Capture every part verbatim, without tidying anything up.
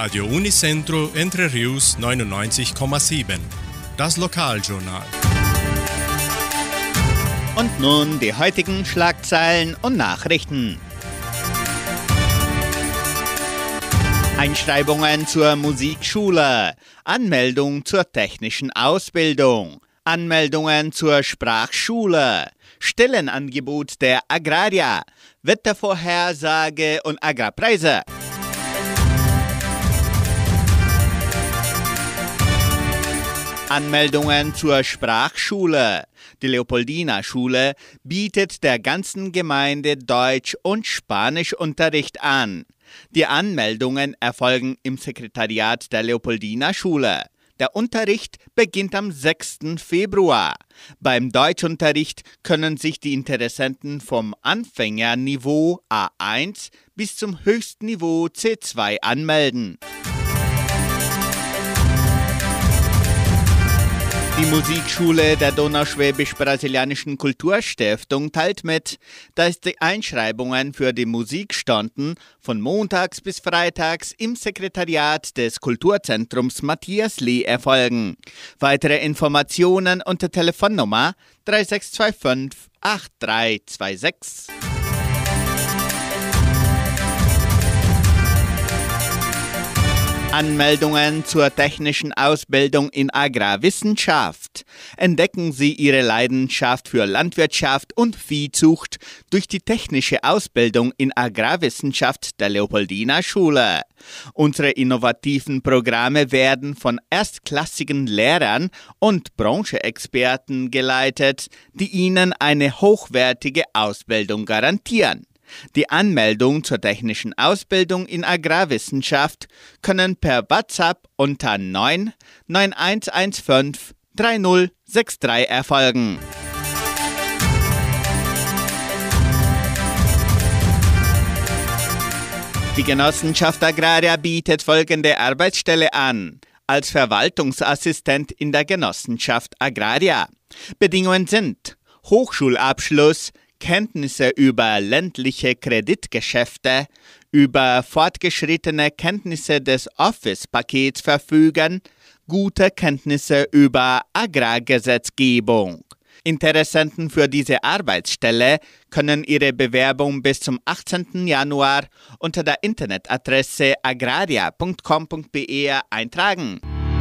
Radio Unicentro Entre Rius neunundneunzig Komma sieben. Das Lokaljournal. Und nun die heutigen Schlagzeilen und Nachrichten. Einschreibungen zur Musikschule, Anmeldung zur technischen Ausbildung, Anmeldungen zur Sprachschule, Stellenangebot der Agraria, Wettervorhersage und Agrarpreise. Anmeldungen zur Sprachschule. Die Leopoldina-Schule bietet der ganzen Gemeinde Deutsch- und Spanischunterricht an. Die Anmeldungen erfolgen im Sekretariat der Leopoldina-Schule. Der Unterricht beginnt am sechsten Februar. Beim Deutschunterricht können sich die Interessenten vom Anfängerniveau A eins bis zum Höchstniveau C zwei anmelden. Die Musikschule der Donauschwäbisch-Brasilianischen Kulturstiftung teilt mit, dass die Einschreibungen für die Musikstunden von montags bis freitags im Sekretariat des Kulturzentrums Matthias Lee erfolgen. Weitere Informationen unter Telefonnummer drei sechs zwei fünf acht drei zwei sechs. Anmeldungen zur technischen Ausbildung in Agrarwissenschaft. Entdecken Sie Ihre Leidenschaft für Landwirtschaft und Viehzucht durch die technische Ausbildung in Agrarwissenschaft der Leopoldina-Schule. Unsere innovativen Programme werden von erstklassigen Lehrern und Brancheexperten geleitet, die Ihnen eine hochwertige Ausbildung garantieren. Die Anmeldung zur technischen Ausbildung in Agrarwissenschaft können per WhatsApp unter neun neun eins eins fünf drei null sechs drei erfolgen. Die Genossenschaft Agraria bietet folgende Arbeitsstelle an: als Verwaltungsassistent in der Genossenschaft Agraria. Bedingungen sind Hochschulabschluss, Kenntnisse über ländliche Kreditgeschäfte, über fortgeschrittene Kenntnisse des Office-Pakets verfügen, gute Kenntnisse über Agrargesetzgebung. Interessenten für diese Arbeitsstelle können ihre Bewerbung bis zum achtzehnten Januar unter der Internetadresse agraria punkt com punkt b r eintragen.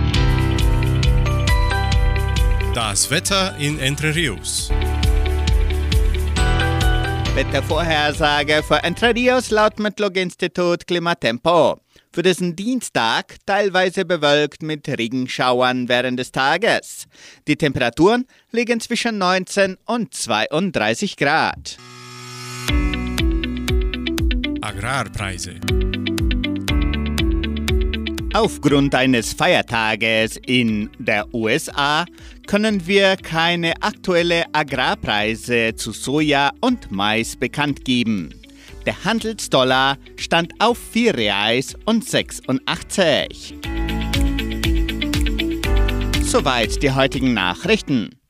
Das Wetter in Entre Rius. Wettervorhersage für Entre Rios laut Metlog-Institut Klimatempo. Für diesen Dienstag teilweise bewölkt mit Regenschauern während des Tages. Die Temperaturen liegen zwischen neunzehn und zweiunddreißig Grad. Agrarpreise. Aufgrund eines Feiertages in der U S A können wir keine aktuellen Agrarpreise zu Soja und Mais bekannt geben. Der Handelsdollar stand auf vier Reais und sechsundachtzig. Soweit die heutigen Nachrichten.